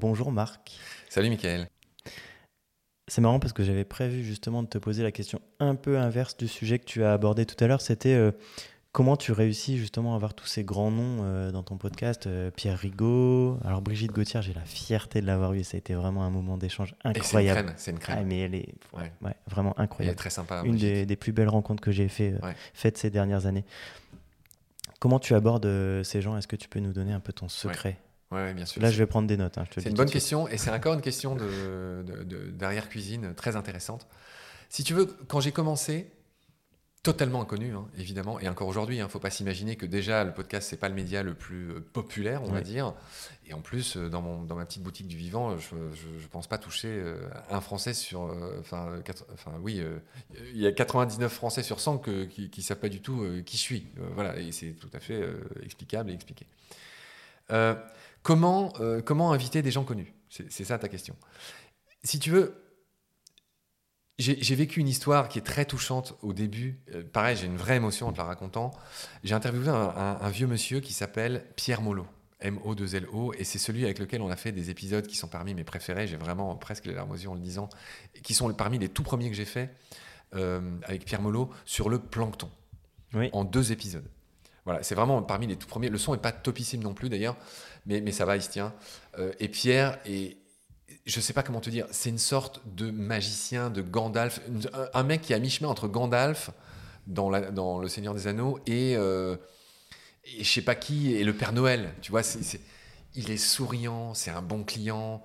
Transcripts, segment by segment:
Bonjour Marc. Salut Mickaël. C'est marrant parce que j'avais prévu justement de te poser la question un peu inverse du sujet que tu as abordé tout à l'heure. C'était comment tu réussis justement à avoir tous ces grands noms dans ton podcast. Pierre Rigaud, alors Brigitte Gauthier, j'ai la fierté de l'avoir eu et ça a été vraiment un moment d'échange Et incroyable. c'est une crème. Ah, mais elle est Ouais. vraiment Elle est incroyable. très sympa. Une des plus belles rencontres que j'ai faites ces dernières années. Comment tu abordes ces gens? Est-ce que tu peux nous donner un peu ton secret? Ouais, bien sûr. Là, je vais prendre des notes. C'est une bonne question et c'est encore une question d'arrière-cuisine très intéressante. Si tu veux, quand j'ai commencé, totalement inconnu, évidemment, et encore aujourd'hui, il ne faut pas s'imaginer que déjà le podcast, ce n'est pas le média le plus populaire, on va dire. Et en plus, dans ma petite boutique du vivant, je ne pense pas toucher un Français sur... il y a 99 Français sur 100 qui ne savent pas du tout qui je suis. Voilà, et c'est tout à fait explicable et expliqué. Comment inviter des gens connus? C'est ça ta question. Si tu veux, j'ai vécu une histoire qui est très touchante au début. Pareil, j'ai une vraie émotion en te la racontant. J'ai interviewé un vieux monsieur qui s'appelle Pierre Molot, M-O-2-L-O, et c'est celui avec lequel on a fait des épisodes qui sont parmi mes préférés. J'ai vraiment presque les larmes aux yeux en le disant, qui sont parmi les tout premiers que j'ai fait avec Pierre Molot sur le plancton, en 2 épisodes. Voilà, c'est vraiment parmi les tout premiers. Le son n'est pas topissime non plus d'ailleurs, mais ça va, il se tient. Et Pierre je ne sais pas comment te dire, c'est une sorte de magicien, de Gandalf, un mec qui est à mi-chemin entre Gandalf dans Le Seigneur des Anneaux et je ne sais pas qui, et le Père Noël. Tu vois, il est souriant, c'est un bon client.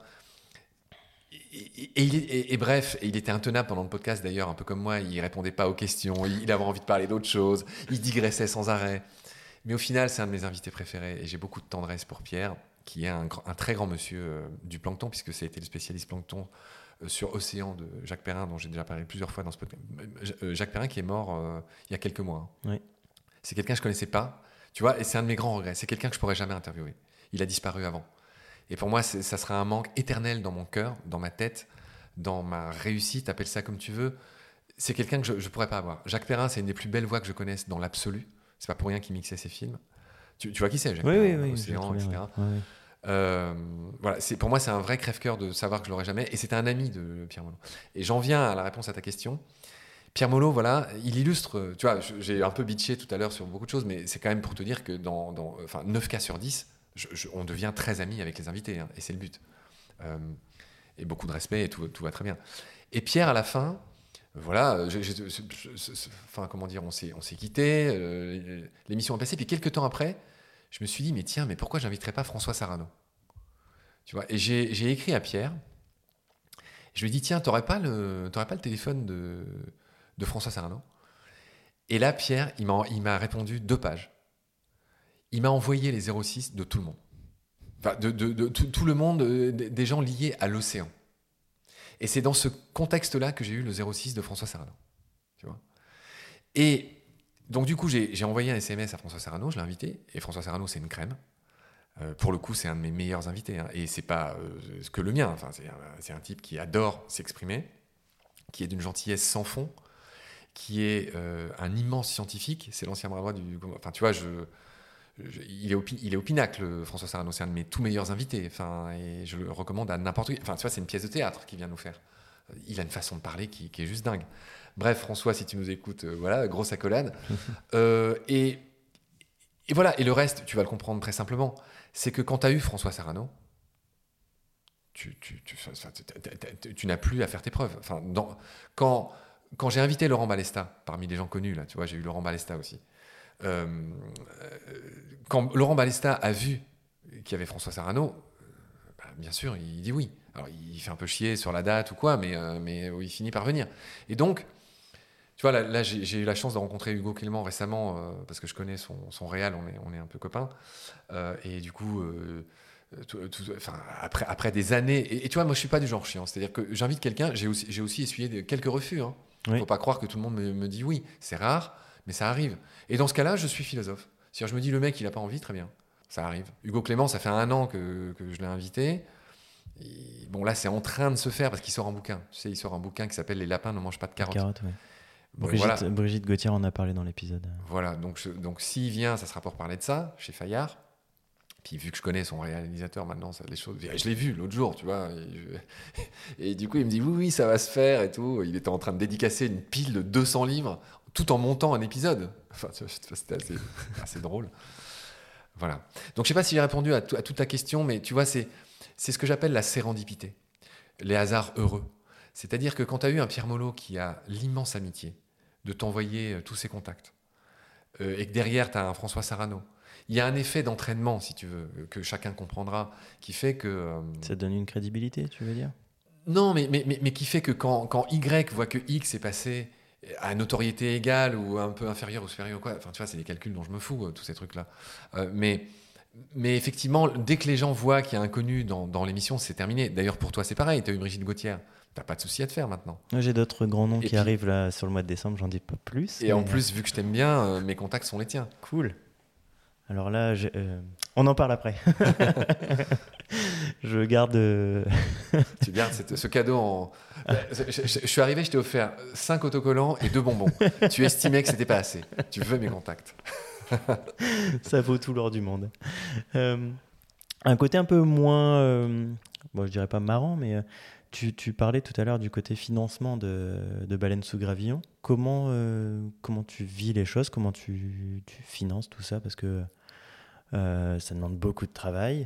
Et bref, il était intenable pendant le podcast d'ailleurs, un peu comme moi, il répondait pas aux questions, il avait envie de parler d'autre chose, il digressait sans arrêt. Mais au final, c'est un de mes invités préférés et j'ai beaucoup de tendresse pour Pierre, qui est un très grand monsieur du plancton, puisque ça a été le spécialiste plancton sur Océan de Jacques Perrin, dont j'ai déjà parlé plusieurs fois dans ce podcast. Jacques Perrin qui est mort il y a quelques mois. Oui. C'est quelqu'un que je ne connaissais pas, tu vois, et c'est un de mes grands regrets. C'est quelqu'un que je ne pourrais jamais interviewer. Il a disparu avant. Et pour moi, ça sera un manque éternel dans mon cœur, dans ma tête, dans ma réussite, appelle ça comme tu veux. C'est quelqu'un que je ne pourrais pas avoir. Jacques Perrin, c'est une des plus belles voix que je connaisse dans l'absolu. C'est pas pour rien qu'il mixait ses films. Tu vois qui c'est, Jacques Perrin, Oui, Océan, etc. Oui. Voilà, pour moi, c'est un vrai crève-cœur de savoir que je l'aurai jamais. Et c'était un ami de Pierre Molot. Et j'en viens à la réponse à ta question. Pierre Molot, voilà, il illustre. Tu vois, j'ai un peu bitché tout à l'heure sur beaucoup de choses, mais c'est quand même pour te dire que dans 9 cas sur 10, on devient très amis avec les invités, et c'est le but. Et beaucoup de respect, et tout va très bien. Et Pierre, à la fin, voilà, comment dire, on s'est quittés, l'émission est passée, puis quelques temps après, je me suis dit, mais pourquoi j'inviterais pas François Sarano? Tu vois, et j'ai écrit à Pierre, je lui ai dit, tiens, t'aurais pas le téléphone de François Sarano? Et là, Pierre, il m'a répondu 2 pages. Il m'a envoyé les 06 de tout le monde. Enfin, de tout le monde, des gens liés à l'océan. Et c'est dans ce contexte-là que j'ai eu le 06 de François Sarano. Tu vois. Et donc, du coup, j'ai envoyé un SMS à François Sarano, je l'ai invité. Et François Sarano, c'est une crème. Pour le coup, c'est un de mes meilleurs invités. Et c'est pas que le mien. Enfin, c'est un type qui adore s'exprimer, qui est d'une gentillesse sans fond, qui est un immense scientifique. C'est l'ancien bras droit du... Enfin, tu vois, il est au pinacle, François Sarano. C'est un de mes tout meilleurs invités. Enfin, et je le recommande à n'importe qui. Enfin, tu vois, c'est une pièce de théâtre qu'il vient nous faire. Il a une façon de parler qui est juste dingue. Bref, François, si tu nous écoutes, voilà, grosse accolade. Et voilà. Et le reste, tu vas le comprendre très simplement. C'est que quand tu as eu François Sarano, tu n'as plus à faire tes preuves. Enfin, quand j'ai invité Laurent Balesta, parmi les gens connus, là, tu vois, j'ai eu Laurent Balesta aussi. Quand Laurent Balesta a vu qu'il y avait François Sarano, bien sûr, il dit oui. Alors, il fait un peu chier sur la date ou quoi, mais il finit par venir. Et donc, tu vois, là j'ai eu la chance de rencontrer Hugo Clément récemment, parce que je connais son réal, on est un peu copains. Et du coup, après des années... Et tu vois, moi, je suis pas du genre chiant. C'est-à-dire que j'invite quelqu'un, j'ai aussi essuyé quelques refus. Il ne faut pas croire que tout le monde me dit oui. C'est rare, mais ça arrive. Et dans ce cas-là, je suis philosophe. C'est-à-dire, je me dis, le mec, il n'a pas envie, très bien. Ça arrive. Hugo Clément, ça fait 1 an que je l'ai invité. Et bon, là, c'est en train de se faire parce qu'il sort un bouquin. Tu sais, il sort un bouquin qui s'appelle « Les lapins ne mangent pas de carottes ». Oui. Bon, Brigitte Gauthier en a parlé dans l'épisode. Voilà, donc s'il vient, ça sera pour parler de ça, chez Fayard. Puis vu que je connais son réalisateur maintenant, les choses, je l'ai vu l'autre jour, tu vois. Et du coup, il me dit oui, ça va se faire et tout. Il était en train de dédicacer une pile de 200 livres tout en montant un épisode. Enfin, tu vois, c'était assez drôle. Voilà. Donc, je sais pas si j'ai répondu à toute ta question, mais tu vois, c'est ce que j'appelle la sérendipité, les hasards heureux. C'est-à-dire que quand tu as eu un Pierre Molot qui a l'immense amitié de t'envoyer tous ses contacts, et que derrière, tu as un François Sarano, il y a un effet d'entraînement, si tu veux, que chacun comprendra, qui fait que... Ça donne une crédibilité, tu veux dire? Non, mais qui fait que quand Y voit que X est passé à notoriété égale ou un peu inférieure ou supérieure, quoi, enfin, tu vois, c'est des calculs dont je me fous, tous ces trucs-là. Mais effectivement, dès que les gens voient qu'il y a un connu dans l'émission, c'est terminé. D'ailleurs, pour toi, c'est pareil, tu as eu Brigitte Gauthier. T'as pas de souci à te faire maintenant. Moi, j'ai d'autres grands noms Et qui puis, arrivent là sur le mois de décembre, j'en dis pas plus. Et en plus, vu que je t'aime bien, mes contacts sont les tiens. Cool. Alors là, on en parle après. Je garde. Tu gardes ce cadeau en. Je suis arrivé, je t'ai offert 5 autocollants et 2 bonbons. Tu estimais que c'était pas assez. Tu veux mes contacts. Ça vaut tout l'or du monde. Un côté un peu moins. Bon, je dirais pas marrant, mais tu parlais tout à l'heure du côté financement de Baleine sous Gravillon. Comment tu vis les choses? Comment tu finances tout ça? Parce que ça demande beaucoup de travail.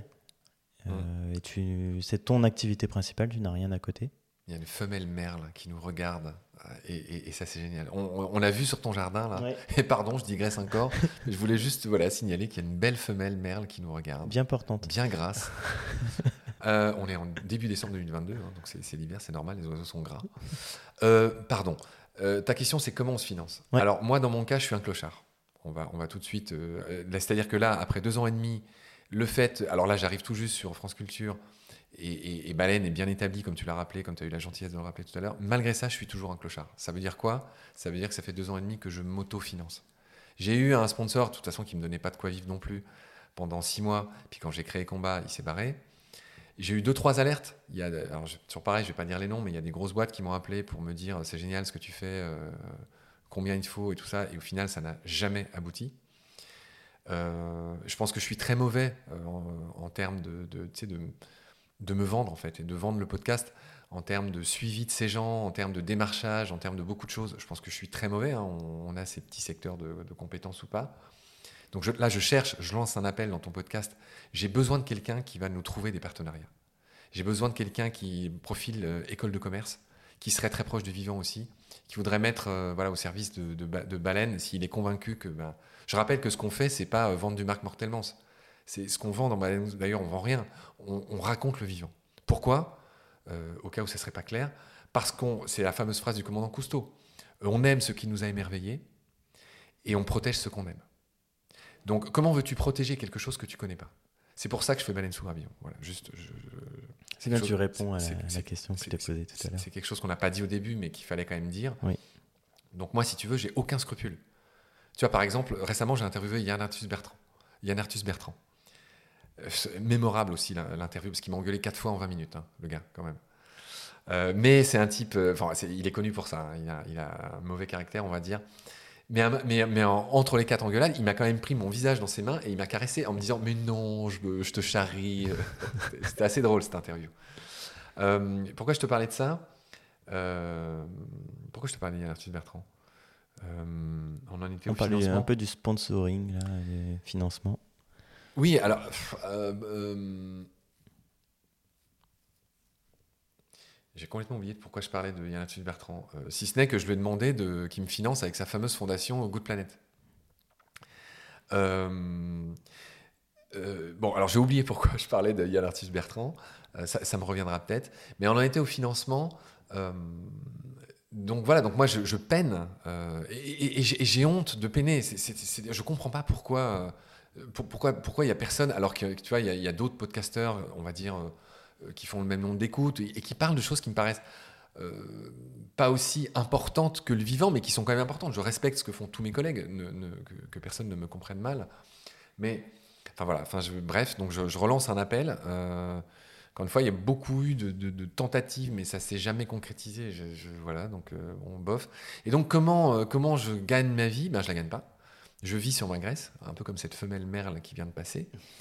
Et c'est ton activité principale, tu n'as rien à côté. Il y a une femelle merle qui nous regarde et ça c'est génial. On l'a vu sur ton jardin là. Ouais. Et pardon, je digresse encore. Je voulais juste signaler qu'il y a une belle femelle merle qui nous regarde. Bien portante. Bien grasse. On est en début décembre 2022, hein, donc c'est l'hiver, c'est normal, les oiseaux sont gras. Pardon. Ta question c'est comment on se finance. Ouais. Alors moi dans mon cas je suis un clochard. On va tout de suite. C'est-à-dire que là après 2 ans et demi, le fait. Alors là j'arrive tout juste sur France Culture. Et Baleine est bien établi, comme tu l'as rappelé, comme tu as eu la gentillesse de le rappeler tout à l'heure. Malgré ça, je suis toujours un clochard. Ça veut dire quoi? Ça veut dire que ça fait 2 ans et demi que je m'auto-finance. J'ai eu un sponsor, de toute façon, qui ne me donnait pas de quoi vivre non plus pendant 6 mois. Puis quand j'ai créé Combat, il s'est barré. J'ai eu 2-3 alertes. Toujours pareil, je ne vais pas dire les noms, mais il y a des grosses boîtes qui m'ont appelé pour me dire c'est génial ce que tu fais, combien il te faut et tout ça. Et au final, ça n'a jamais abouti. Je pense que je suis très mauvais en termes de me vendre en fait et de vendre le podcast en termes de suivi de ces gens, en termes de démarchage, en termes de beaucoup de choses. Je pense que je suis très mauvais, hein. On a ces petits secteurs de compétences ou pas. Donc je lance un appel dans ton podcast. J'ai besoin de quelqu'un qui va nous trouver des partenariats. J'ai besoin de quelqu'un qui profile école de commerce, qui serait très proche du vivant aussi, qui voudrait mettre au service de Baleine s'il est convaincu que... Je rappelle que ce qu'on fait, c'est pas vendre du Marc Mortelmans. C'est ce qu'on vend dans Baleine. D'ailleurs, on vend rien. On raconte le vivant. Pourquoi? Au cas où ça serait pas clair. Parce c'est la fameuse phrase du commandant Cousteau. On aime ce qui nous a émerveillés et on protège ce qu'on aime. Donc, comment veux-tu protéger quelque chose que tu connais pas? C'est pour ça que je fais Baleine sous Gravillon. Voilà, juste. C'est bien, tu réponds à la question que je t'ai posée tout à l'heure. C'est quelque chose qu'on n'a pas dit au début, mais qu'il fallait quand même dire. Oui. Donc moi, si tu veux, j'ai aucun scrupule. Tu vois, par exemple, récemment, j'ai interviewé Yann Arthus Bertrand. Mémorable aussi l'interview, parce qu'il m'a engueulé 4 fois en 20 minutes, hein, le gars, quand même. Mais c'est un type... il est connu pour ça. Hein, il a un mauvais caractère, on va dire. Mais entre les 4 engueulades, il m'a quand même pris mon visage dans ses mains et il m'a caressé en me disant « Mais non, je te charrie. » C'était assez drôle, cette interview. Pourquoi je te parlais de ça? Pourquoi je te parlais d'Yann Arthus Bertrand? On en était au parlait financement. Un peu du sponsoring, là, du financement. Oui, alors... j'ai complètement oublié de pourquoi je parlais de Yann Arthus Bertrand. Si ce n'est que je lui ai demandé qu'il me finance avec sa fameuse fondation Good Planet. Bon, alors j'ai oublié pourquoi je parlais de Yann Arthus Bertrand. Ça me reviendra peut-être. Mais on en était au financement. Donc voilà, donc moi je peine. Et j'ai honte de peiner. Je ne comprends pas pourquoi il n'y a personne, alors que tu vois, il y a d'autres podcasteurs, on va dire... qui font le même nombre d'écoutes et qui parlent de choses qui me paraissent pas aussi importantes que le vivant, mais qui sont quand même importantes. Je respecte ce que font tous mes collègues, que personne ne me comprenne mal. Mais, bref, donc je relance un appel. Encore une fois, il y a beaucoup eu de tentatives, mais ça ne s'est jamais concrétisé. Voilà, donc bon, bof. Et donc, comment je gagne ma vie? Je ne la gagne pas. Je vis sur ma graisse, un peu comme cette femelle merle qui vient de passer.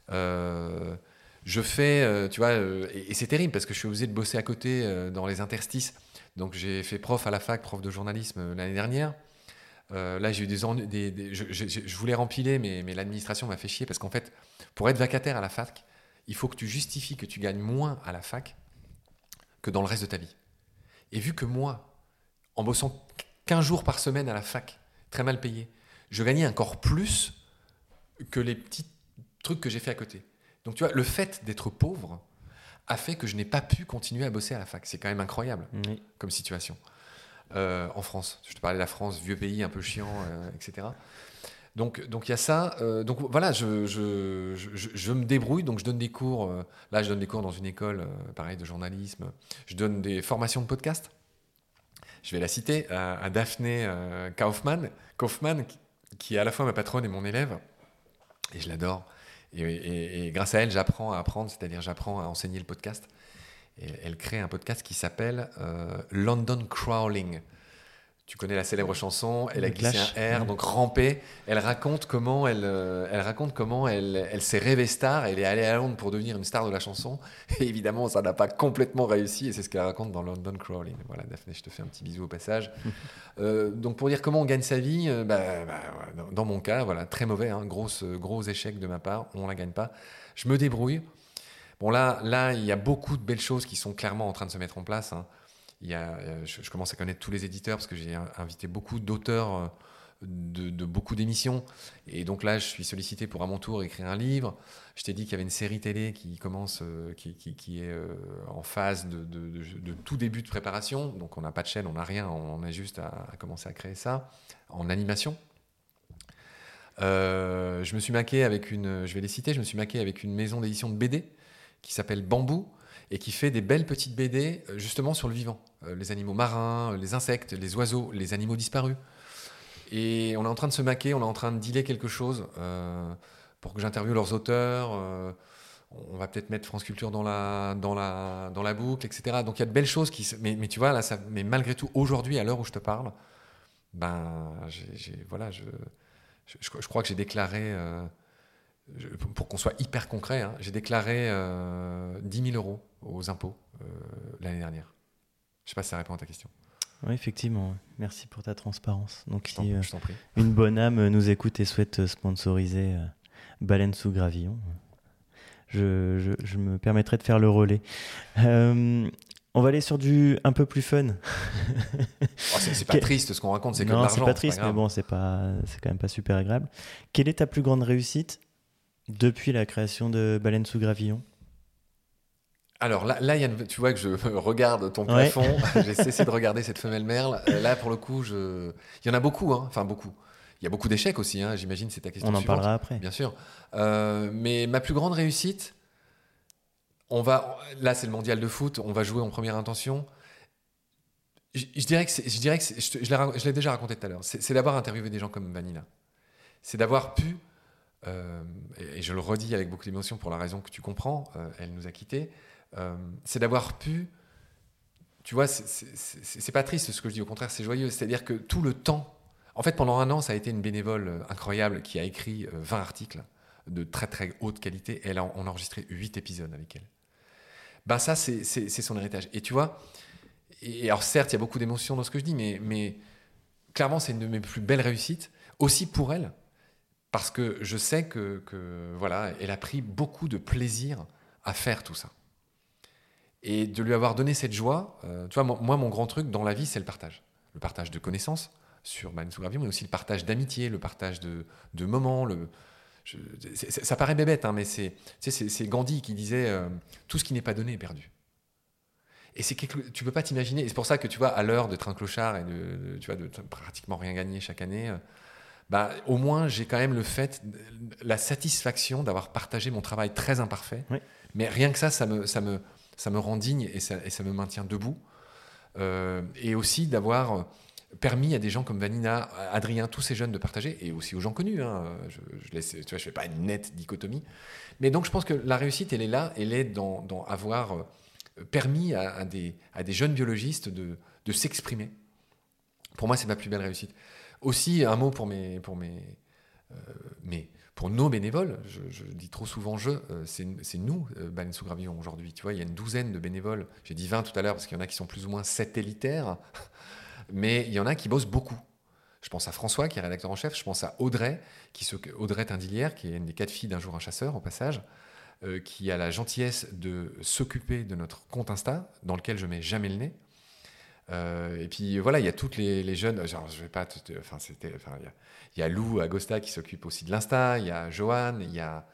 Je fais, tu vois, et c'est terrible parce que je suis obligé de bosser à côté dans les interstices. Donc j'ai fait prof à la fac, prof de journalisme l'année dernière. Là, j'ai eu des ennuis. Je voulais rempiler, mais l'administration m'a fait chier parce qu'en fait, pour être vacataire à la fac, il faut que tu justifies que tu gagnes moins à la fac que dans le reste de ta vie. Et vu que moi, en bossant 15 jours par semaine à la fac, très mal payé, je gagnais encore plus que les petits trucs que j'ai fait à côté. Donc tu vois, le fait d'être pauvre a fait que je n'ai pas pu continuer à bosser à la fac. C'est quand même incroyable comme situation. En France, je te parlais de la France, vieux pays un peu chiant, etc. Donc il y a ça. Donc voilà, je me débrouille. Donc je donne des cours. Là, je donne des cours dans une école, pareil, de journalisme. Je donne des formations de podcast. Je vais la citer à Daphné Kaufmann, qui est à la fois ma patronne et mon élève. Et je l'adore. Et grâce à elle, j'apprends à apprendre, c'est-à-dire j'apprends à enseigner le podcast. Et elle crée un podcast qui s'appelle London Crawling. Tu connais la célèbre chanson, elle a glissé un R, donc ramper. Elle raconte comment elle s'est rêvée star. Elle est allée à Londres pour devenir une star de la chanson. Et évidemment, ça n'a pas complètement réussi. Et c'est ce qu'elle raconte dans London Crawling. Voilà, Daphné, je te fais un petit bisou au passage. Donc pour dire comment on gagne sa vie, dans mon cas, voilà, très mauvais, hein, gros échec de ma part. On la gagne pas. Je me débrouille. Bon là, il y a beaucoup de belles choses qui sont clairement en train de se mettre en place. Hein. Je commence à connaître tous les éditeurs parce que j'ai invité beaucoup d'auteurs de beaucoup d'émissions. Et donc là, je suis sollicité pour à mon tour écrire un livre. Je t'ai dit qu'il y avait une série télé qui commence, qui est en phase de tout début de préparation. Donc on n'a pas de chaîne, on n'a rien, on a juste à commencer à créer ça en animation. Je me suis maqué avec je vais les citer, je me suis maqué avec une maison d'édition de BD qui s'appelle Bambou et qui fait des belles petites BD justement sur le vivant. Les animaux marins, les insectes, les oiseaux, les animaux disparus. Et on est en train de se maquer, on est en train de dealer quelque chose pour que j'interviewe leurs auteurs. On va peut-être mettre France Culture dans la boucle, etc. Donc il y a de belles choses mais tu vois, là, mais malgré tout, aujourd'hui, à l'heure où je te parle, je crois que j'ai déclaré... pour qu'on soit hyper concret, hein, j'ai déclaré 10 000 euros aux impôts l'année dernière. Je ne sais pas si ça répond à ta question. Oui, effectivement. Merci pour ta transparence. Donc, si je t'en prie. Une bonne âme nous écoute et souhaite sponsoriser Baleine sous Gravillon, je me permettrai de faire le relais. On va aller sur du un peu plus fun. C'est pas triste ce qu'on raconte, c'est que de l'argent. Non, c'est pas triste, mais bon, c'est quand même pas super agréable. Quelle est ta plus grande réussite depuis la création de Baleine sous Gravillon? Alors là tu vois que je regarde ton plafond. J'ai cessé de regarder cette femelle merle. Là, pour le coup, il y en a beaucoup. Hein. Enfin, beaucoup. Il y a beaucoup d'échecs aussi, hein. J'imagine, c'est ta question suivante. On en parlera après. Bien sûr. Mais ma plus grande réussite, là, c'est le mondial de foot. On va jouer en première intention. Je dirais que je l'ai déjà raconté tout à l'heure. C'est d'avoir interviewé des gens comme Vanina. C'est d'avoir pu, et je le redis avec beaucoup d'émotion pour la raison que tu comprends, elle nous a quittés. C'est d'avoir pu, tu vois, c'est pas triste ce que je dis, au contraire, c'est joyeux. C'est-à-dire que tout le temps, en fait, pendant un an, ça a été une bénévole incroyable qui a écrit 20 articles de très très haute qualité. Et on a enregistré 8 épisodes avec elle. Ça, c'est son héritage. Et tu vois, et alors certes, il y a beaucoup d'émotions dans ce que je dis, mais clairement, c'est une de mes plus belles réussites, aussi pour elle, parce que je sais que voilà, elle a pris beaucoup de plaisir à faire tout ça. Et de lui avoir donné cette joie, tu vois, moi, mon grand truc dans la vie, c'est le partage. Le partage de connaissances sur Baleine sous Gravillon, mais aussi le partage d'amitié, le partage de moments. Ça paraît bébête, hein, mais c'est Gandhi qui disait tout ce qui n'est pas donné est perdu. Et tu peux pas t'imaginer. Et c'est pour ça que tu vois, à l'heure d'être un clochard et de pratiquement rien gagner chaque année, au moins j'ai quand même la satisfaction d'avoir partagé mon travail très imparfait. Oui. Mais rien que ça me rend digne et ça me maintient debout. Et aussi d'avoir permis à des gens comme Vanina, Adrien, tous ces jeunes de partager, et aussi aux gens connus. Hein. Je fais pas une nette dichotomie. Mais donc je pense que la réussite, elle est là, elle est dans avoir permis à des jeunes biologistes de s'exprimer. Pour moi, c'est ma plus belle réussite. Aussi, un mot pour pour nos bénévoles, je dis trop souvent c'est nous, Baleine sous Gravillon aujourd'hui. Tu vois, il y a une douzaine de bénévoles. J'ai dit 20 tout à l'heure parce qu'il y en a qui sont plus ou moins satellitaires, mais il y en a qui bossent beaucoup. Je pense à François, qui est rédacteur en chef. Je pense à Audrey, Audrey Tindillière, qui est une des 4 filles d'Un jour un chasseur, au passage, qui a la gentillesse de s'occuper de notre compte Insta, dans lequel je mets jamais le nez. Et puis voilà, il y a toutes les jeunes. Genre, je vais pas. Il y a Lou Agosta qui s'occupe aussi de l'Insta. Il y a Johan. Il y a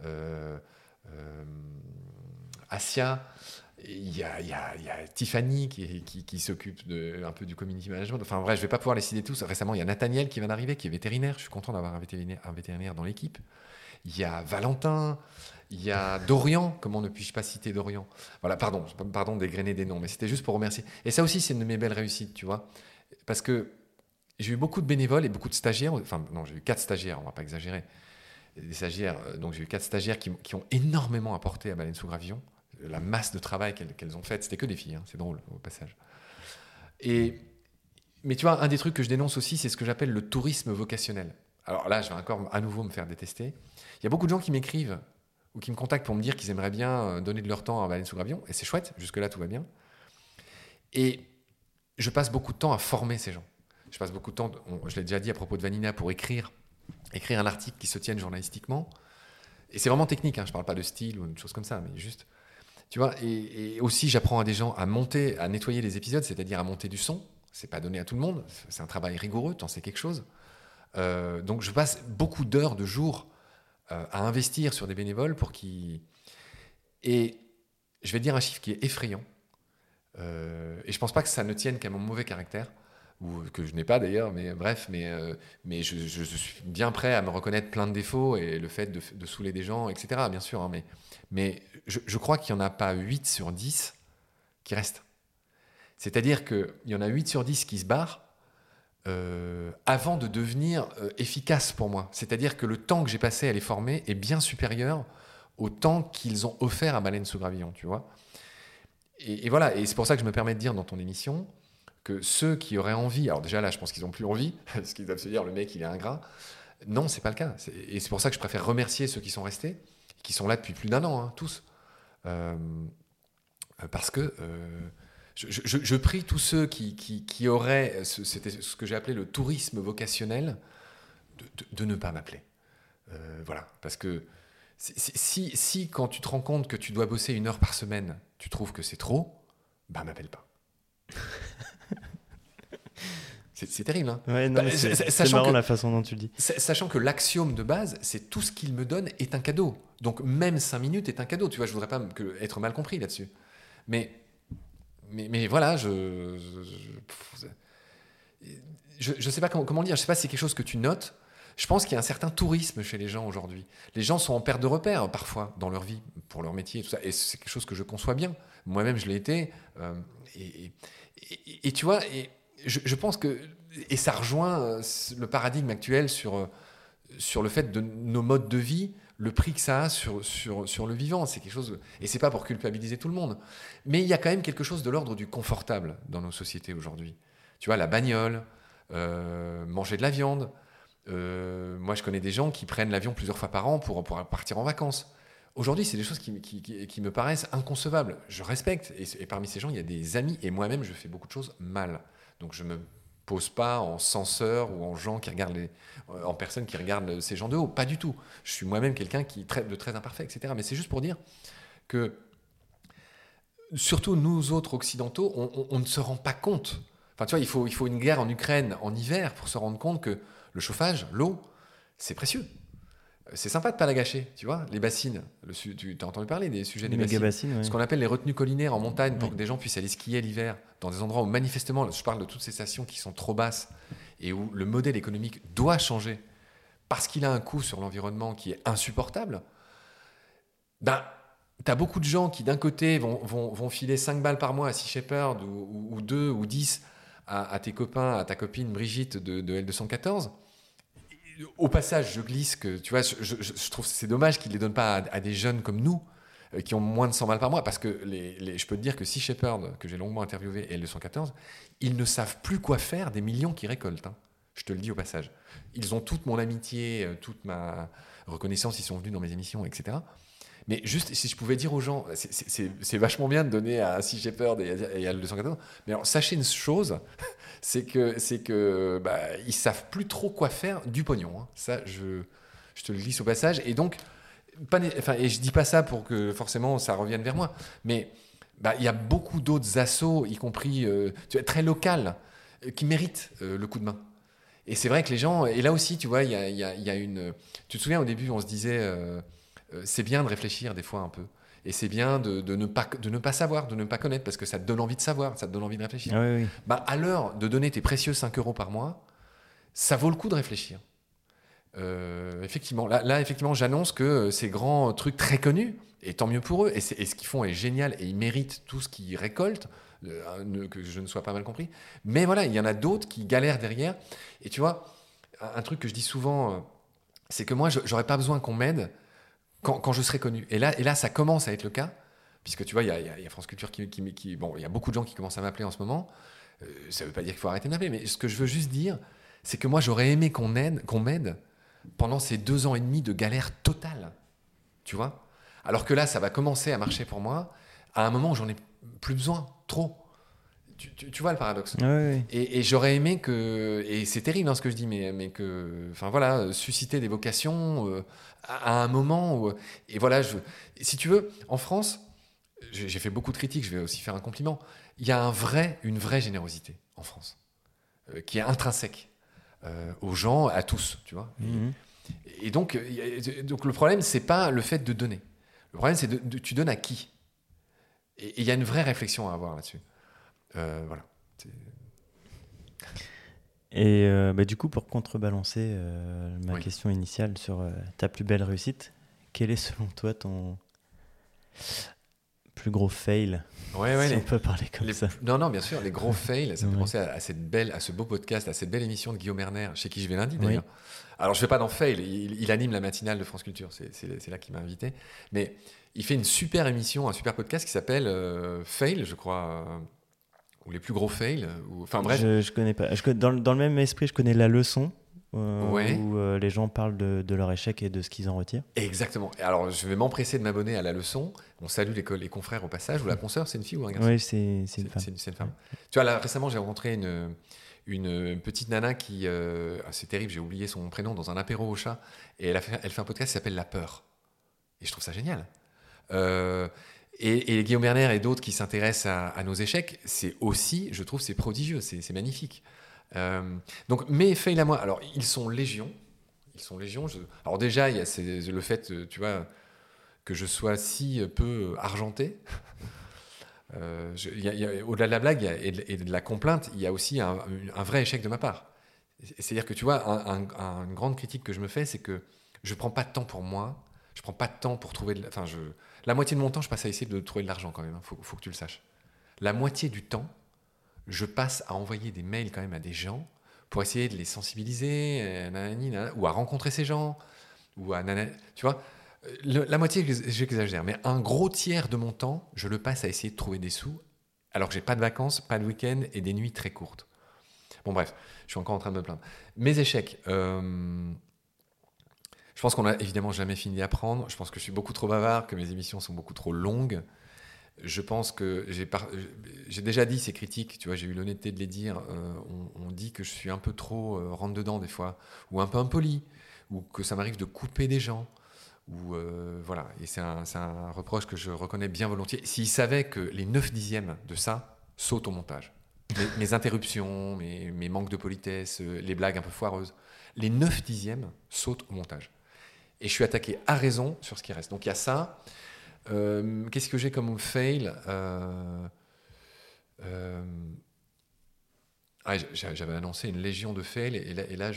Asia. Il y a Tiffany qui s'occupe un peu du community management. Enfin bref, je vais pas pouvoir les citer tous. Récemment, il y a Nathaniel qui vient d'arriver, qui est vétérinaire. Je suis content d'avoir un vétérinaire dans l'équipe. Il y a Valentin. Il y a Dorian, comment ne puis-je pas citer Dorian? Voilà, pardon d'égrener des noms, mais c'était juste pour remercier. Et ça aussi, c'est une de mes belles réussites, tu vois. Parce que j'ai eu beaucoup de bénévoles et beaucoup de stagiaires. Enfin, non, j'ai eu 4 stagiaires, on va pas exagérer. Des stagiaires, donc j'ai eu 4 stagiaires qui ont énormément apporté à Baleine sous Gravillon. La masse de travail qu'elles ont faite, c'était que des filles, hein, c'est drôle au passage. Mais tu vois, un des trucs que je dénonce aussi, c'est ce que j'appelle le tourisme vocationnel. Alors là, je vais encore à nouveau me faire détester. Il y a beaucoup de gens qui m'écrivent ou qui me contactent pour me dire qu'ils aimeraient bien donner de leur temps à Baleine sous Gravillon, et c'est chouette, jusque-là tout va bien. Et je passe beaucoup de temps à former ces gens. Je passe beaucoup de temps, je l'ai déjà dit à propos de Vanina, pour écrire un article qui se tienne journalistiquement. Et c'est vraiment technique, hein, je ne parle pas de style ou une chose comme ça, mais juste... Tu vois, et aussi j'apprends à des gens à monter, à nettoyer les épisodes, c'est-à-dire à monter du son. C'est pas donné à tout le monde, c'est un travail rigoureux, t'en sais quelque chose. Donc je passe beaucoup d'heures, de jours à investir sur des bénévoles pour qu'ils... Et je vais te dire un chiffre qui est effrayant. Et je pense pas que ça ne tienne qu'à mon mauvais caractère, ou que je n'ai pas d'ailleurs, mais bref, mais je suis bien prêt à me reconnaître plein de défauts et le fait de saouler des gens, etc. Bien sûr, hein, mais je crois qu'il n'y en a pas 8 sur 10 qui restent. C'est-à-dire qu'il y en a 8 sur 10 qui se barrent avant de devenir efficaces pour moi. C'est-à-dire que le temps que j'ai passé à les former est bien supérieur au temps qu'ils ont offert à Baleine sous Gravillon, tu vois. Et voilà, et c'est pour ça que je me permets de dire dans ton émission que ceux qui auraient envie, alors déjà là je pense qu'ils n'ont plus envie, parce qu'ils doivent se dire le mec il est ingrat. Non, c'est pas le cas. Et c'est pour ça que je préfère remercier ceux qui sont restés, qui sont là depuis plus d'1 an, hein, tous. Parce que je prie tous ceux qui auraient, c'était ce que j'ai appelé le tourisme vocationnel, de ne pas m'appeler. Voilà, parce que si quand tu te rends compte que tu dois bosser 1 heure par semaine, tu trouves que c'est trop, bah m'appelle pas. C'est terrible, hein. Ouais, non, c'est marrant la façon dont tu le dis. Sachant que l'axiome de base, c'est tout ce qu'il me donne est un cadeau. Donc même 5 minutes est un cadeau. Tu vois, je voudrais pas être mal compris là-dessus. Mais voilà, je sais pas comment dire. Je sais pas si c'est quelque chose que tu notes. Je pense qu'il y a un certain tourisme chez les gens aujourd'hui. Les gens sont en perte de repères parfois dans leur vie, pour leur métier et tout ça. Et c'est quelque chose que je conçois bien. Moi-même, je l'ai été. Et tu vois, je pense que... Et ça rejoint le paradigme actuel sur le fait de nos modes de vie, le prix que ça a sur le vivant. C'est quelque chose... Et c'est pas pour culpabiliser tout le monde. Mais il y a quand même quelque chose de l'ordre du confortable dans nos sociétés aujourd'hui. Tu vois, la bagnole, manger de la viande... moi, je connais des gens qui prennent l'avion plusieurs fois par an pour partir en vacances. Aujourd'hui, c'est des choses qui me paraissent inconcevables. Je respecte. Et parmi ces gens, il y a des amis. Et moi-même, je fais beaucoup de choses mal. Donc, je ne me pose pas en censeur ou en gens qui regardent en personnes qui regardent ces gens de haut. Pas du tout. Je suis moi-même quelqu'un qui traite de très imparfait, etc. Mais c'est juste pour dire que, surtout nous autres occidentaux, on ne se rend pas compte. Enfin, tu vois, il faut une guerre en Ukraine en hiver pour se rendre compte que le chauffage, l'eau, c'est précieux. C'est sympa de ne pas la gâcher, tu vois. Les bassines, tu as entendu parler des sujets des bassines, ouais. Ce qu'on appelle les retenues collinaires en montagne pour que des gens puissent aller skier l'hiver dans des endroits où manifestement, je parle de toutes ces stations qui sont trop basses et où le modèle économique doit changer parce qu'il a un coût sur l'environnement qui est insupportable. Ben, tu as beaucoup de gens qui d'un côté vont filer 5 balles par mois à Sea Shepherd ou 2 ou 10 à tes copains, à ta copine Brigitte de L214. Au passage, je glisse que, tu vois, je trouve que c'est dommage qu'ils ne les donnent pas à des jeunes comme nous, qui ont moins de 100 balles par mois, parce que je peux te dire que Sea Shepherd, que j'ai longuement interviewé, et L214, ils ne savent plus quoi faire des millions qu'ils récoltent. Hein. Je te le dis au passage. Ils ont toute mon amitié, toute ma reconnaissance, ils sont venus dans mes émissions, etc. Mais juste, si je pouvais dire aux gens, c'est vachement bien de donner à Sea Shepherd et à le 214, mais alors sachez une chose, c'est que ils savent plus trop quoi faire du pognon. Hein. Ça, je te le glisse au passage. Et donc, et je dis pas ça pour que forcément ça revienne vers moi, mais il y a beaucoup d'autres assos, y compris très locales, qui méritent le coup de main. Et c'est vrai que les gens, et là aussi, tu vois, il y a une. Tu te souviens, au début, on se disait, c'est bien de réfléchir des fois un peu. Et c'est bien de ne pas savoir, de ne pas connaître, parce que ça te donne envie de savoir, ça te donne envie de réfléchir. Ah oui, oui. À l'heure de donner tes précieux 5 euros par mois, ça vaut le coup de réfléchir. Effectivement, là, effectivement, j'annonce que ces grands trucs très connus, et tant mieux pour eux, et ce qu'ils font est génial, et ils méritent tout ce qu'ils récoltent, que je ne sois pas mal compris. Mais voilà, il y en a d'autres qui galèrent derrière. Et tu vois, un truc que je dis souvent, c'est que moi, j'aurais pas besoin qu'on m'aide quand je serai connu. Et là, ça commence à être le cas, puisque tu vois, il y a France Culture bon, il y a beaucoup de gens qui commencent à m'appeler en ce moment. Ça veut pas dire qu'il faut arrêter de m'appeler, mais ce que je veux juste dire, c'est que moi, j'aurais aimé qu'on m'aide pendant ces 2 ans et demi de galère totale. Tu vois ? Alors que là, ça va commencer à marcher pour moi à un moment où j'en ai plus besoin, trop. Tu vois le paradoxe. Ah oui, oui. Et j'aurais aimé que, et c'est terrible ce que je dis, mais que, enfin voilà, susciter des vocations à un moment où, et voilà, si tu veux, en France, j'ai fait beaucoup de critiques, je vais aussi faire un compliment. Il y a une vraie générosité en France, qui est intrinsèque aux gens, à tous, tu vois. Et donc le problème, c'est pas le fait de donner. Le problème, c'est tu donnes à qui. Et il y a une vraie réflexion à avoir là-dessus. Voilà. Et du coup, pour contrebalancer ma Oui. question initiale sur ta plus belle réussite, quel est selon toi ton plus gros fail, si on peut parler comme ça? Non, bien sûr, les gros fails, ça me fait Ouais. penser à ce beau podcast, à cette belle émission de Guillaume Erner, chez qui je vais lundi d'ailleurs. Oui. Alors, je ne fais pas dans fail, il anime la matinale de France Culture, c'est là qu'il m'a invité. Mais il fait une super émission, un super podcast qui s'appelle Fail, je crois, ou les plus gros fails. Enfin bref. Je connais pas. Dans le même esprit, je connais La Leçon, Ouais. où les gens parlent de leur échec et de ce qu'ils en retirent. Exactement. Et alors, je vais m'empresser de m'abonner à La Leçon. On salue les confrères au passage. Ou la consoeur, c'est une fille ou un garçon? Oui, c'est une femme. C'est une femme. Tu vois, là, récemment, j'ai rencontré une petite nana qui... c'est terrible, j'ai oublié son prénom, dans un apéro au chat. Et elle fait un podcast qui s'appelle La Peur. Et je trouve ça génial. Et Guillaume Erner et d'autres qui s'intéressent à nos échecs, c'est aussi, je trouve, c'est prodigieux, c'est magnifique. Donc, mes fails à moi, alors, ils sont légion. Alors déjà, il y a le fait, tu vois, que je sois si peu argenté. Au-delà de la blague et de la complainte, il y a aussi un vrai échec de ma part. C'est-à-dire que tu vois, une grande critique que je me fais, c'est que je ne prends pas de temps pour moi, je ne prends pas de temps pour trouver... la moitié de mon temps, je passe à essayer de trouver de l'argent quand même, faut que tu le saches. La moitié du temps, je passe à envoyer des mails quand même à des gens pour essayer de les sensibiliser, ou à rencontrer ces gens, ou à... Tu vois, la moitié, j'exagère, mais un gros tiers de mon temps, je le passe à essayer de trouver des sous, alors que j'ai pas de vacances, pas de week-end et des nuits très courtes. Bon bref, je suis encore en train de me plaindre. Mes échecs, je pense qu'on n'a évidemment jamais fini d'apprendre. Je pense que je suis beaucoup trop bavard, que mes émissions sont beaucoup trop longues. Je pense que j'ai déjà dit ces critiques, tu vois, j'ai eu l'honnêteté de les dire. On dit que je suis un peu trop rentre-dedans des fois, ou un peu impoli, ou que ça m'arrive de couper des gens. Voilà, et c'est un reproche que je reconnais bien volontiers. S'ils savaient que les 9/10 de ça sautent au montage, mes interruptions, mes manques de politesse, les blagues un peu foireuses, les 9/10 sautent au montage. Et je suis attaqué à raison sur ce qui reste. Donc il y a ça. Qu'est-ce que j'ai comme fail? J'avais annoncé une légion de fails, et là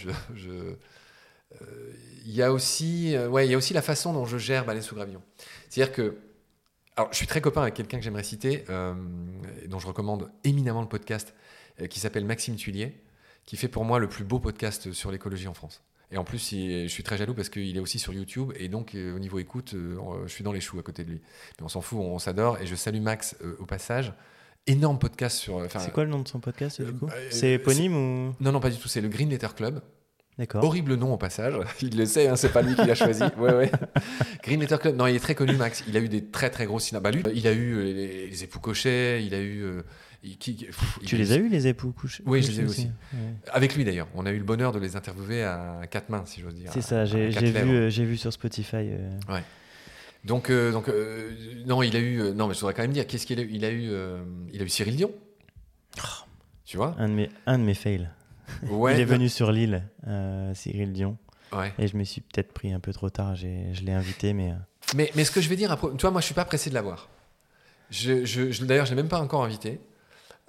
il y a aussi la façon dont je gère Baleine sous gravillon. C'est-à-dire que, alors, je suis très copain avec quelqu'un que j'aimerais citer, dont je recommande éminemment le podcast, qui s'appelle Maxime Thuillier, qui fait pour moi le plus beau podcast sur l'écologie en France. Et en plus, je suis très jaloux parce qu'il est aussi sur YouTube, et donc au niveau écoute, je suis dans les choux à côté de lui. Mais on s'en fout, on s'adore, et je salue Max au passage. énorme podcast sur... C'est quoi le nom de son podcast, du coup ? C'est éponyme ou... Non, pas du tout. C'est le Green Letter Club. D'accord. Horrible nom au passage. Il le sait, hein, c'est pas lui qui l'a choisi. Ouais. Green Letter Club. Non, il est très connu, Max. Il a eu des très très gros cinémas. Bah, lui, il a eu les époux Cochet. Il a eu. Tu les as eu, les époux Cochet ? Oui, je les ai eu aussi. Ouais. Avec lui d'ailleurs. On a eu le bonheur de les interviewer à quatre mains, si j'ose dire. C'est ça. J'ai vu sur Spotify. Ouais. Donc, non, il a eu. Non, mais je voudrais quand même dire, qu'est-ce qu'il a eu ? Il a eu Cyril Dion. Oh, tu vois ? Un de mes fails. Ouais, il est venu sur l'île, Cyril Dion. Ouais. Et je me suis peut-être pris un peu trop tard. Je l'ai invité, mais... Mais ce que je vais dire, tu vois, moi, je suis pas pressé de l'avoir. D'ailleurs, je l'ai même pas encore invité. Pourquoi ?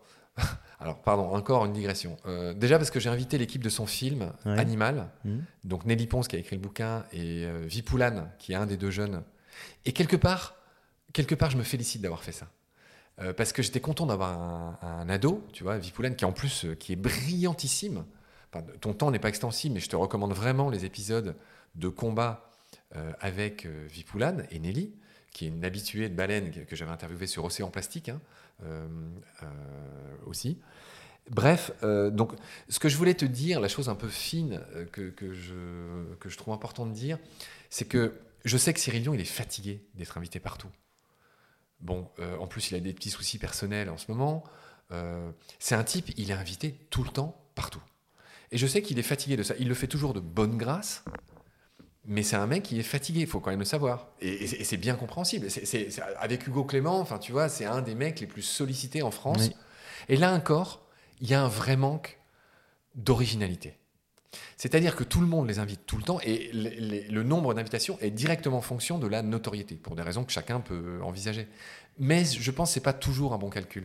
Alors, pardon, encore une digression. Déjà parce que j'ai invité l'équipe de son film Animal, donc Nelly Pons qui a écrit le bouquin et Vipoulane qui est un des deux jeunes. Et quelque part, je me félicite d'avoir fait ça. Parce que j'étais content d'avoir un ado, tu vois, Vipoulane, qui en plus qui est brillantissime. Enfin, ton temps n'est pas extensible, mais je te recommande vraiment les épisodes de combat avec Vipoulane et Nelly, qui est une habituée de baleine que j'avais interviewée sur Océan Plastique aussi. Bref, donc ce que je voulais te dire, la chose un peu fine que je trouve important de dire, c'est que je sais que Cyril Dion, il est fatigué d'être invité partout. Bon, en plus, il a des petits soucis personnels en ce moment. C'est un type, il est invité tout le temps, partout. Et je sais qu'il est fatigué de ça. Il le fait toujours de bonne grâce, mais c'est un mec qui est fatigué, il faut quand même le savoir. Et c'est bien compréhensible. C'est avec Hugo Clément, enfin, tu vois, c'est un des mecs les plus sollicités en France. Oui. Et là encore, il y a un vrai manque d'originalité. C'est-à-dire que tout le monde les invite tout le temps et le nombre d'invitations est directement en fonction de la notoriété, pour des raisons que chacun peut envisager. Mais je pense que ce n'est pas toujours un bon calcul.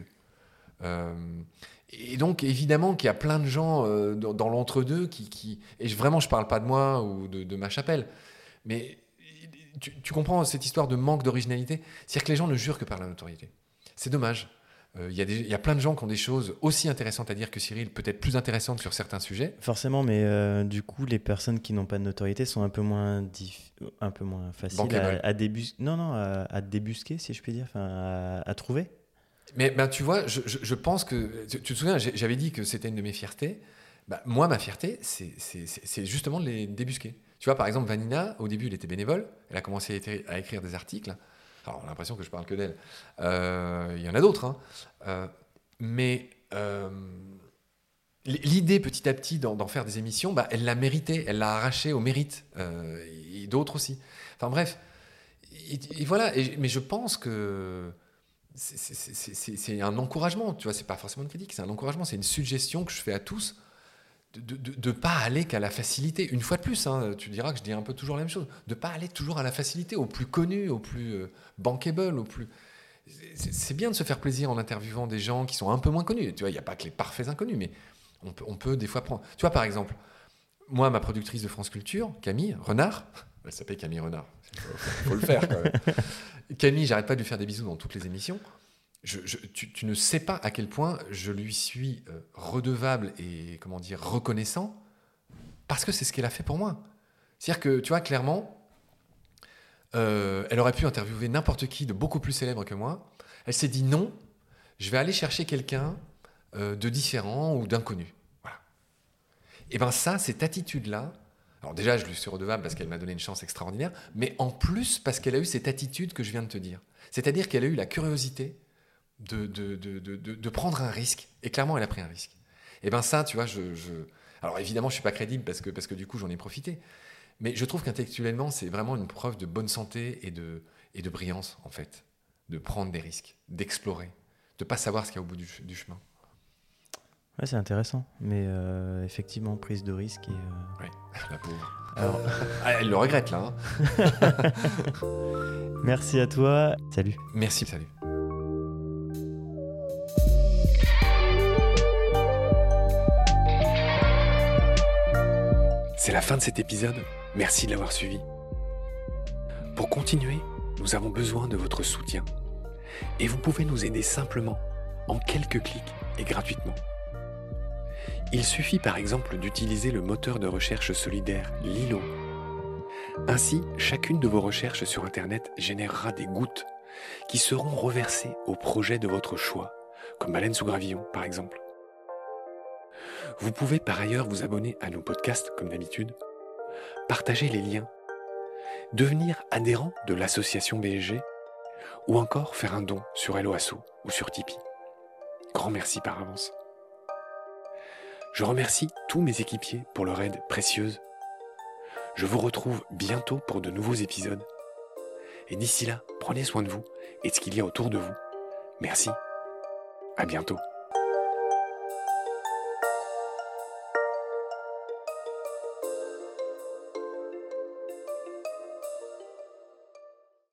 Et donc, évidemment qu'il y a plein de gens dans l'entre-deux et vraiment, je ne parle pas de moi ou de ma chapelle, mais tu comprends cette histoire de manque d'originalité ? C'est-à-dire que les gens ne jurent que par la notoriété. C'est dommage. Il y a plein de gens qui ont des choses aussi intéressantes à dire que Cyril, peut-être plus intéressantes sur certains sujets. Forcément, mais du coup, les personnes qui n'ont pas de notoriété sont un peu moins faciles à débusquer, si je puis dire, à trouver. Mais ben, tu vois, je pense que... Tu te souviens, j'avais dit que c'était une de mes fiertés. Ben, moi, ma fierté, c'est justement de les débusquer. Tu vois, par exemple, Vanina, au début, elle était bénévole. Elle a commencé à écrire des articles. Alors, on a l'impression que je parle que d'elle. Il y en a d'autres. Hein. Mais l'idée, petit à petit, d'en faire des émissions, bah, elle l'a mérité. Elle l'a arraché au mérite. Et d'autres aussi. Enfin, bref. Et voilà. Mais je pense que c'est un encouragement. Tu vois, c'est pas forcément une critique. C'est un encouragement. C'est une suggestion que je fais à tous de ne pas aller qu'à la facilité. Une fois de plus, hein, tu diras que je dis un peu toujours la même chose. De ne pas aller toujours à la facilité, au plus connu, au plus bankable, au plus... C'est bien de se faire plaisir en interviewant des gens qui sont un peu moins connus. Tu vois, il n'y a pas que les parfaits inconnus, mais on peut des fois prendre... Tu vois, par exemple, moi, ma productrice de France Culture, Camille Renard, elle s'appelle Camille Renard, faut le faire quand même. Camille, j'arrête pas de lui faire des bisous dans toutes les émissions. Tu ne sais pas à quel point je lui suis redevable et reconnaissant parce que c'est ce qu'elle a fait pour moi. C'est-à-dire que, tu vois, clairement, elle aurait pu interviewer n'importe qui de beaucoup plus célèbre que moi. Elle s'est dit non, je vais aller chercher quelqu'un de différent ou d'inconnu. Voilà. Et bien ça, cette attitude-là, alors déjà, je lui suis redevable parce qu'elle m'a donné une chance extraordinaire, mais en plus parce qu'elle a eu cette attitude que je viens de te dire. C'est-à-dire qu'elle a eu la curiosité de prendre un risque. Et clairement, elle a pris un risque. Et bien ça, tu vois, alors évidemment, je ne suis pas crédible parce que du coup, j'en ai profité. Mais je trouve qu'intellectuellement, c'est vraiment une preuve de bonne santé et de brillance, en fait. De prendre des risques, d'explorer, de ne pas savoir ce qu'il y a au bout du chemin. Ouais, c'est intéressant. Mais effectivement, prise de risque et... Ouais, la pauvre. Alors... elle le regrette, là. Hein. Merci à toi. Salut. Merci, salut. C'est la fin de cet épisode. Merci de l'avoir suivi. Pour continuer, nous avons besoin de votre soutien. Et vous pouvez nous aider simplement, en quelques clics et gratuitement. Il suffit par exemple d'utiliser le moteur de recherche solidaire Lilo. Ainsi, chacune de vos recherches sur Internet générera des gouttes, qui seront reversés au projet de votre choix, comme Baleine sous gravillon par exemple. Vous pouvez par ailleurs vous abonner à nos podcasts comme d'habitude, partager les liens, devenir adhérent de l'association BSG ou encore faire un don sur Helloasso ou sur Tipeee. Grand merci par avance. Je remercie tous mes équipiers pour leur aide précieuse. Je vous retrouve bientôt pour de nouveaux épisodes. Et d'ici là, prenez soin de vous et de ce qu'il y a autour de vous. Merci. À bientôt.